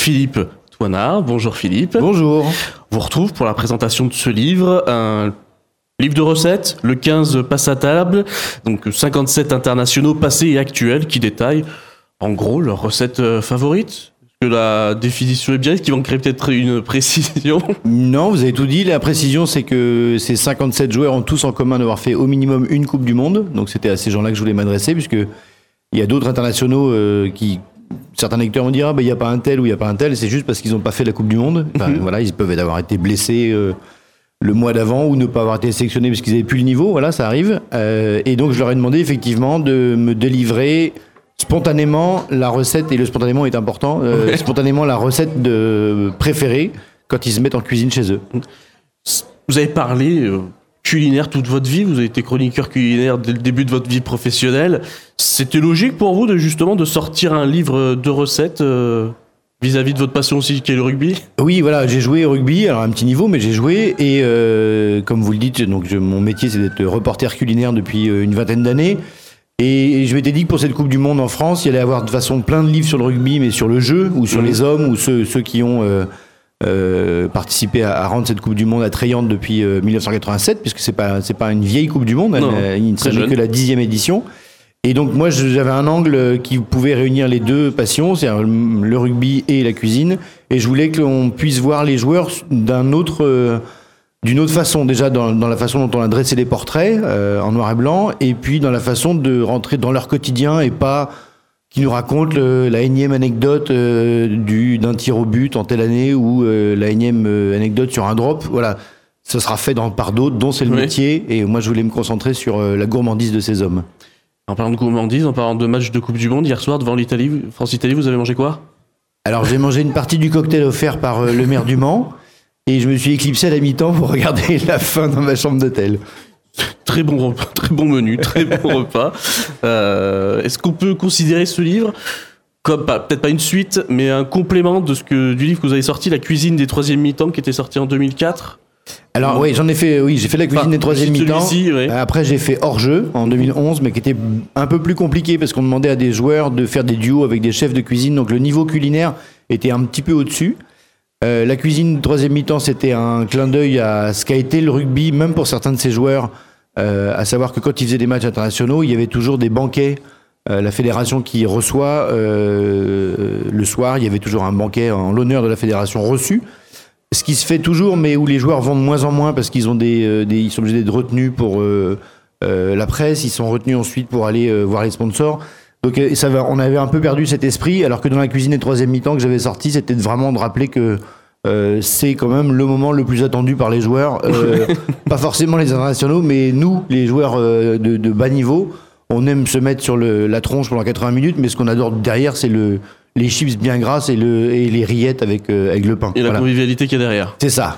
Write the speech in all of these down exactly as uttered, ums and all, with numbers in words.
Philippe Toinard. Bonjour Philippe. Bonjour. On vous retrouve pour la présentation de ce livre, un livre de recettes, le quinze passe à table, donc cinquante-sept internationaux passés et actuels qui détaillent en gros leurs recettes favorites. Que la définition est bien, est-ce qu'il manquerait peut-être une précision ? Non, vous avez tout dit. La précision, c'est que ces cinquante-sept joueurs ont tous en commun d'avoir fait au minimum une Coupe du Monde. Donc c'était à ces gens-là que je voulais m'adresser, puisque il y a d'autres internationaux euh, qui... Certains lecteurs vont dire, ah, bah, il n'y a pas un tel ou il n'y a pas un tel. C'est juste parce qu'ils n'ont pas fait la Coupe du Monde. Enfin, mm-hmm. Voilà, ils peuvent avoir été blessés euh, le mois d'avant ou ne pas avoir été sélectionnés parce qu'ils n'avaient plus le niveau. Voilà, ça arrive. Euh, et donc je leur ai demandé effectivement de me délivrer... spontanément la recette, et le spontanément est important, euh, ouais. spontanément la recette de préférée quand ils se mettent en cuisine chez eux. Vous avez parlé euh, culinaire toute votre vie, vous avez été chroniqueur culinaire dès le début de votre vie professionnelle. C'était logique pour vous de justement de sortir un livre de recettes euh, vis-à-vis de votre passion aussi qui est le rugby ? Oui, voilà, j'ai joué au rugby, alors à un petit niveau, mais j'ai joué et euh, comme vous le dites, donc je, mon métier c'est d'être reporter culinaire depuis euh, une vingtaine d'années. Et je m'étais dit que pour cette Coupe du Monde en France, il y allait avoir de toute façon plein de livres sur le rugby, mais sur le jeu, ou sur mmh. les hommes, ou ceux, ceux qui ont euh, euh, participé à, à rendre cette Coupe du Monde attrayante depuis euh, dix-neuf cent quatre-vingt-sept, puisque c'est pas, c'est pas une vieille Coupe du Monde, non, elle, il ne s'agit que la dixième édition. Et donc moi, j'avais un angle qui pouvait réunir les deux passions, c'est-à-dire le rugby et la cuisine, et je voulais qu'on puisse voir les joueurs d'un autre... Euh, d'une autre façon, déjà dans, dans la façon dont on a dressé les portraits euh, en noir et blanc, et puis dans la façon de rentrer dans leur quotidien et pas qui nous racontent le, la énième anecdote euh, du, d'un tir au but en telle année ou euh, la énième euh, anecdote sur un drop. Voilà, ce sera fait dans, par d'autres dont c'est le oui. métier, et moi je voulais me concentrer sur euh, la gourmandise de ces hommes. En parlant de gourmandise, en parlant de match de Coupe du Monde, hier soir devant l'Italie, France-Italie, vous avez mangé quoi ? Alors j'ai mangé une partie du cocktail offert par euh, le maire du Mans. Et je me suis éclipsé à la mi-temps pour regarder la fin dans ma chambre d'hôtel. Très bon repas, très bon menu, très bon repas. Euh, est-ce qu'on peut considérer ce livre comme, pas, peut-être pas une suite, mais un complément de ce que, du livre que vous avez sorti, La cuisine des troisième mi-temps, qui était sorti en deux mille quatre ? Alors oui, j'en ai fait, oui, j'ai fait La cuisine enfin, des troisième mi-temps. Ouais. Après, j'ai fait Hors-jeu en deux mille onze, mais qui était un peu plus compliqué parce qu'on demandait à des joueurs de faire des duos avec des chefs de cuisine, donc le niveau culinaire était un petit peu au-dessus. Euh, la cuisine troisième mi-temps, c'était un clin d'œil à ce qu'a été le rugby, même pour certains de ses joueurs, euh, à savoir que quand ils faisaient des matchs internationaux, il y avait toujours des banquets. Euh, la fédération qui reçoit euh, le soir, il y avait toujours un banquet en l'honneur de la fédération reçue. Ce qui se fait toujours, mais où les joueurs vont de moins en moins parce qu'ils ont des, euh, des ils sont obligés d'être retenus pour euh, euh, la presse, ils sont retenus ensuite pour aller euh, voir les sponsors. Donc ça va, on avait un peu perdu cet esprit, alors que dans la cuisine des troisième mi-temps que j'avais sorti, c'était vraiment de rappeler que euh, c'est quand même le moment le plus attendu par les joueurs, euh, pas forcément les internationaux, mais nous, les joueurs euh, de, de bas niveau, on aime se mettre sur le, la tronche pendant quatre-vingts minutes, mais ce qu'on adore derrière, c'est le, les chips bien grasses et, le, et les rillettes avec, euh, avec le pain. Et voilà. La convivialité qu'il y a derrière. C'est ça.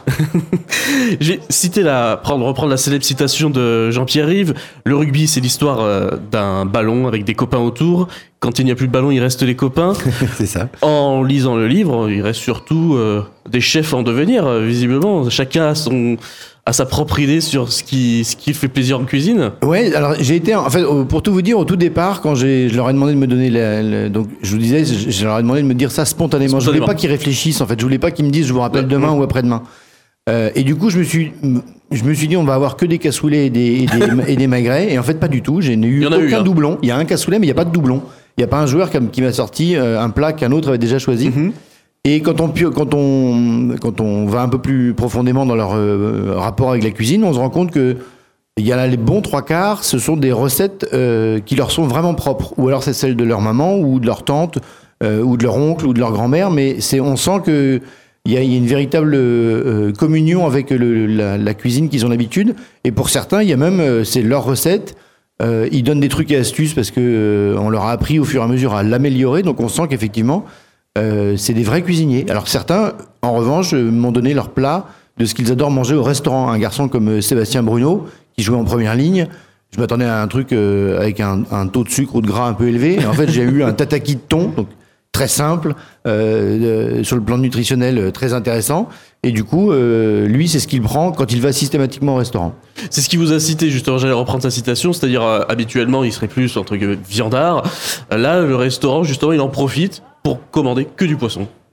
Je vais citer la, prendre, reprendre la célèbre citation de Jean-Pierre Rive. Le rugby, c'est l'histoire euh, d'un ballon avec des copains autour. Quand il n'y a plus de ballon, il reste les copains. C'est ça. En lisant le livre, il reste surtout euh, des chefs en devenir, euh, visiblement. Chacun a son... à sa propre idée sur ce qui, ce qui fait plaisir en cuisine. Ouais, alors j'ai été, en fait, pour tout vous dire, au tout départ, quand j'ai, je leur ai demandé de me donner, la, la, donc je vous disais, je, je leur ai demandé de me dire ça spontanément. spontanément. Je voulais pas qu'ils réfléchissent, en fait. Je voulais pas qu'ils me disent, je vous rappelle ouais. demain mmh. ou après-demain. Euh, et du coup, je me suis, je me suis dit, on va avoir que des cassoulets et des, et des, et des magrets. Et en fait, pas du tout. J'ai eu aucun eu, hein. doublon. Il y a un cassoulet, mais il y a pas de doublon. Il y a pas un joueur qui m'a sorti un plat qu'un autre avait déjà choisi. Mmh. Et quand on, quand, on, quand on va un peu plus profondément dans leur euh, rapport avec la cuisine, on se rend compte que il y a là les bons trois quarts, ce sont des recettes euh, qui leur sont vraiment propres. Ou alors c'est celles de leur maman, ou de leur tante, euh, ou de leur oncle, ou de leur grand-mère. Mais c'est, on sent qu'il y a, y a une véritable euh, communion avec le, la, la cuisine qu'ils ont l'habitude. Et pour certains, il y a même, euh, c'est leur recette. Euh, ils donnent des trucs et astuces parce que euh, on leur a appris au fur et à mesure à l'améliorer. Donc on sent qu'effectivement... Euh, c'est des vrais cuisiniers. Alors certains, en revanche, euh, m'ont donné leur plat de ce qu'ils adorent manger au restaurant. Un garçon comme euh, Sébastien Bruno, qui jouait en première ligne, je m'attendais à un truc euh, avec un, un taux de sucre ou de gras un peu élevé. Et en fait, j'ai eu un tataki de thon, donc très simple, euh, euh, sur le plan nutritionnel euh, très intéressant. Et du coup, euh, lui, c'est ce qu'il prend quand il va systématiquement au restaurant. C'est ce qui vous a cité, justement, j'allais reprendre sa citation, c'est-à-dire euh, habituellement, il serait plus, entre guillemets, viandard. Là, le restaurant, justement, il en profite pour commander que du poisson.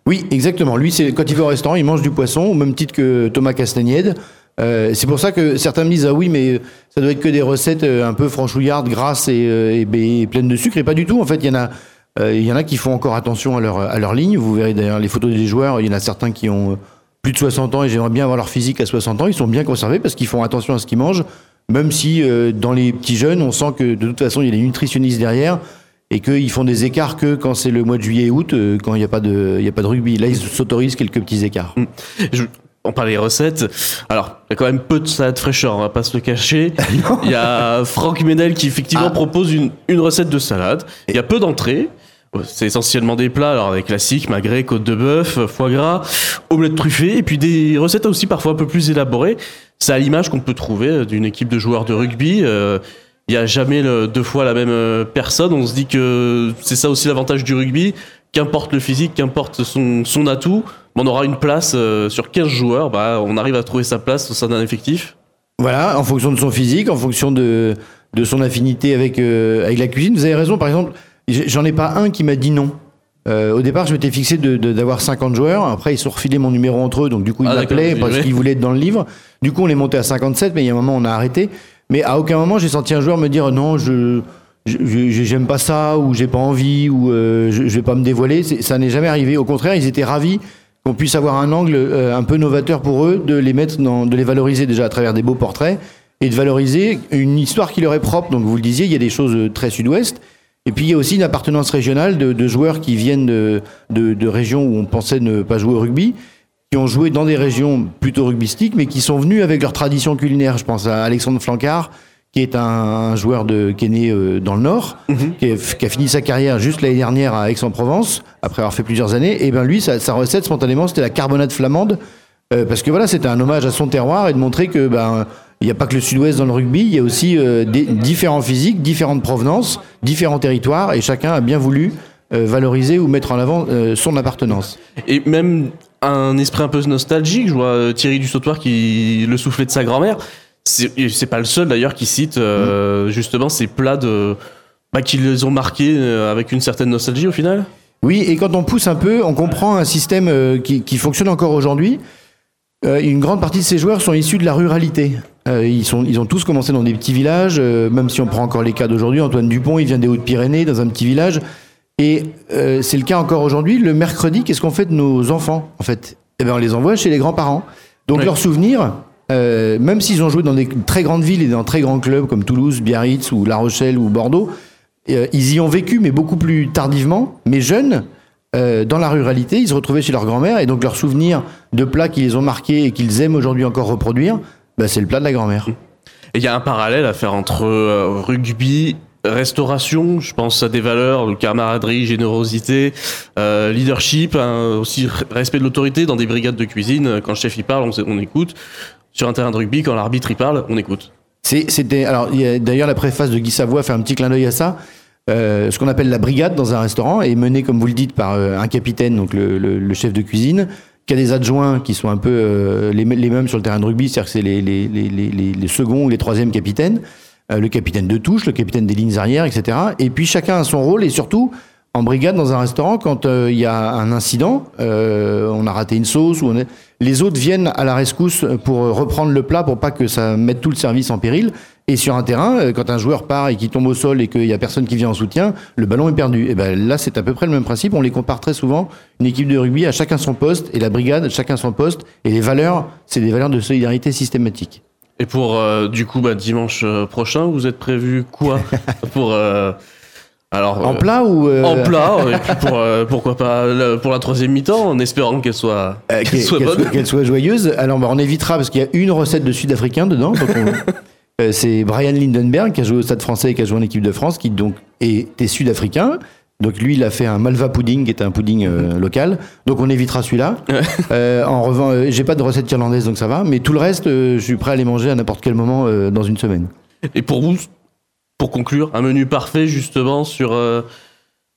Oui, exactement. Lui, c'est quand il va au restaurant, il mange du poisson, au même titre que Thomas Castagnède. Euh, c'est pour ça que certains me disent ah oui, mais ça doit être que des recettes un peu franchouillardes, grasses et, et, et pleines de sucre. Et pas du tout. En fait, il y en a, euh, il y en a qui font encore attention à leur à leur ligne. Vous verrez d'ailleurs les photos des joueurs. Il y en a certains qui ont plus de soixante ans et j'aimerais bien avoir leur physique à soixante ans. Ils sont bien conservés parce qu'ils font attention à ce qu'ils mangent. Même si euh, dans les petits jeunes, on sent que de toute façon, il y a des nutritionnistes derrière. Et qu'ils font des écarts que quand c'est le mois de juillet et août, euh, quand il n'y a pas de, il y a pas de rugby. Là, ils s'autorisent quelques petits écarts. Mmh. Je, on parlait recettes. Alors, il y a quand même peu de salade fraîcheur, on va pas se le cacher. Il y a Franck Ménel qui effectivement ah. propose une, une recette de salade. Il y a peu d'entrées. C'est essentiellement des plats, alors des classiques, magret, côte de bœuf, foie gras, omelette truffée, et puis des recettes aussi parfois un peu plus élaborées. C'est à l'image qu'on peut trouver d'une équipe de joueurs de rugby. Euh, Il n'y a jamais le, deux fois la même personne. On se dit que c'est ça aussi l'avantage du rugby. Qu'importe le physique, qu'importe son, son atout, on aura une place euh, sur quinze joueurs. Bah, on arrive à trouver sa place au sein d'un effectif. Voilà, en fonction de son physique, en fonction de, de son affinité avec, euh, avec la cuisine. Vous avez raison, par exemple, j'en ai pas un qui m'a dit non. Euh, au départ, je m'étais fixé de, de, d'avoir cinquante joueurs. Après, ils se sont refilés mon numéro entre eux. Donc, du coup, ils ah, m'appelaient parce qu'ils voulaient être dans le livre. Du coup, on est monté à cinquante-sept, mais il y a un moment, on a arrêté. Mais à aucun moment, j'ai senti un joueur me dire non, je, je, je j'aime pas ça, ou j'ai pas envie, ou euh, je, je vais pas me dévoiler. C'est, ça n'est jamais arrivé. Au contraire, ils étaient ravis qu'on puisse avoir un angle euh, un peu novateur pour eux, de les mettre dans, de les valoriser déjà à travers des beaux portraits et de valoriser une histoire qui leur est propre. Donc vous le disiez, il y a des choses très sud-ouest. Et puis il y a aussi une appartenance régionale de, de joueurs qui viennent de, de, de régions où on pensait ne pas jouer au rugby, qui ont joué dans des régions plutôt rugbystiques, mais qui sont venus avec leur tradition culinaire. Je pense à Alexandre Flancard, qui est un, un joueur de, qui est né euh, dans le Nord, mmh. qui, a, qui a fini sa carrière juste l'année dernière à Aix-en-Provence, après avoir fait plusieurs années. Et ben lui, sa, sa recette spontanément, c'était la carbonade flamande, euh, parce que voilà, c'était un hommage à son terroir et de montrer que ben il n'y a pas que le Sud-Ouest dans le rugby, il y a aussi euh, des, différents physiques, différentes provenances, différents territoires, et chacun a bien voulu euh, valoriser ou mettre en avant euh, son appartenance. Et même un esprit un peu nostalgique, je vois Thierry Dussautoir qui le soufflait de sa grand-mère. C'est, c'est pas le seul d'ailleurs qui cite euh, mmh. justement ces plats de, bah, qui les ont marqués euh, avec une certaine nostalgie au final. Oui, et quand on pousse un peu, on comprend un système euh, qui, qui fonctionne encore aujourd'hui. Euh, une grande partie de ces joueurs sont issus de la ruralité. Euh, ils, sont, ils ont tous commencé dans des petits villages, euh, même si on prend encore les cas d'aujourd'hui. Antoine Dupont, il vient des Hautes-Pyrénées, dans un petit village. Et euh, c'est le cas encore aujourd'hui. Le mercredi, qu'est-ce qu'on fait de nos enfants, en fait ? Eh bien, on les envoie chez les grands-parents. Donc, oui. Leurs souvenirs... Euh, même s'ils ont joué dans des très grandes villes et dans très grands clubs comme Toulouse, Biarritz ou La Rochelle ou Bordeaux, euh, ils y ont vécu, mais beaucoup plus tardivement, mais jeunes, euh, dans la ruralité, ils se retrouvaient chez leur grand-mère et donc leurs souvenirs de plats qui les ont marqués et qu'ils aiment aujourd'hui encore reproduire, bah, c'est le plat de la grand-mère. Et il y a un parallèle à faire entre euh, rugby, restauration, je pense à des valeurs, de camaraderie, générosité, euh, leadership, hein, aussi respect de l'autorité dans des brigades de cuisine. Quand le chef y parle, on, on écoute. Sur un terrain de rugby, quand l'arbitre y parle, on écoute. C'est, c'était, alors, il y a, d'ailleurs, la préface de Guy Savoie fait un petit clin d'œil à ça. Euh, ce qu'on appelle la brigade dans un restaurant est menée, comme vous le dites, par euh, un capitaine, donc le, le, le chef de cuisine, qui a des adjoints qui sont un peu euh, les, les mêmes sur le terrain de rugby, c'est-à-dire que c'est les, les, les, les, les seconds ou les troisièmes capitaines, euh, le capitaine de touche, le capitaine des lignes arrières, et cetera. Et puis chacun a son rôle et surtout, en brigade dans un restaurant, quand il euh, y a un incident, euh, on a raté une sauce, ou on est... les autres viennent à la rescousse pour reprendre le plat pour pas que ça mette tout le service en péril. Et sur un terrain, quand un joueur part et qu'il tombe au sol et qu'il y a personne qui vient en soutien, le ballon est perdu. Et ben là, c'est à peu près le même principe. On les compare très souvent. Une équipe de rugby à chacun son poste et la brigade chacun son poste. Et les valeurs, c'est des valeurs de solidarité systématique. Et pour euh, du coup, bah, dimanche prochain, vous êtes prévu quoi pour euh... Alors, en plat ou euh... en plat et puis pour euh, pourquoi pas pour la troisième mi-temps en espérant qu'elle soit euh, qu'elle, qu'elle soit bonne, qu'elle soit, qu'elle soit joyeuse. Alors bah, on évitera parce qu'il y a une recette de Sud-Africain dedans. Donc on, euh, c'est Brian Lindenberg qui a joué au Stade Français et qui a joué en équipe de France, qui donc était Sud-Africain. Donc lui, il a fait un Malva pudding, qui est un pudding euh, local. Donc on évitera celui-là. euh, en revanche, euh, j'ai pas de recette irlandaise, donc ça va. Mais tout le reste, euh, je suis prêt à les manger à n'importe quel moment euh, dans une semaine. Et pour vous? Pour conclure, un menu parfait justement sur, euh,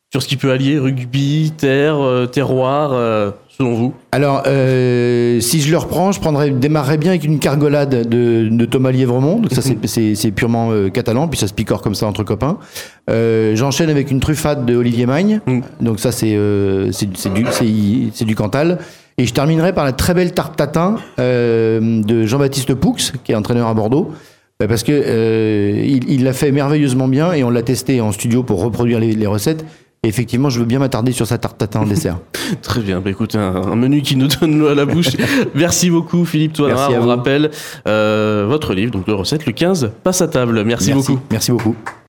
sur ce qui peut allier rugby, terre, euh, terroir, euh, selon vous? Alors, euh, si je le reprends, je prendrais, démarrerais bien avec une cargolade de, de Thomas Lièvremont. Donc ça, c'est, c'est, c'est purement euh, catalan, puis ça se picore comme ça entre copains. Euh, j'enchaîne avec une truffade de Olivier Magne. Mm. Donc ça, c'est, euh, c'est, c'est, du, c'est, c'est du Cantal. Et je terminerai par la très belle tarte tatin euh, de Jean-Baptiste Poux, qui est entraîneur à Bordeaux. Parce que euh, il, il l'a fait merveilleusement bien et on l'a testé en studio pour reproduire les, les recettes. Et effectivement, je veux bien m'attarder sur sa tarte tatin en dessert. Très bien. Bah, écoute, un, un menu qui nous donne l'eau à la bouche. Merci beaucoup, Philippe Toinard. On vous rappelle euh, votre livre, donc de recettes, le quinze passe à table. Merci, Merci beaucoup. Merci beaucoup.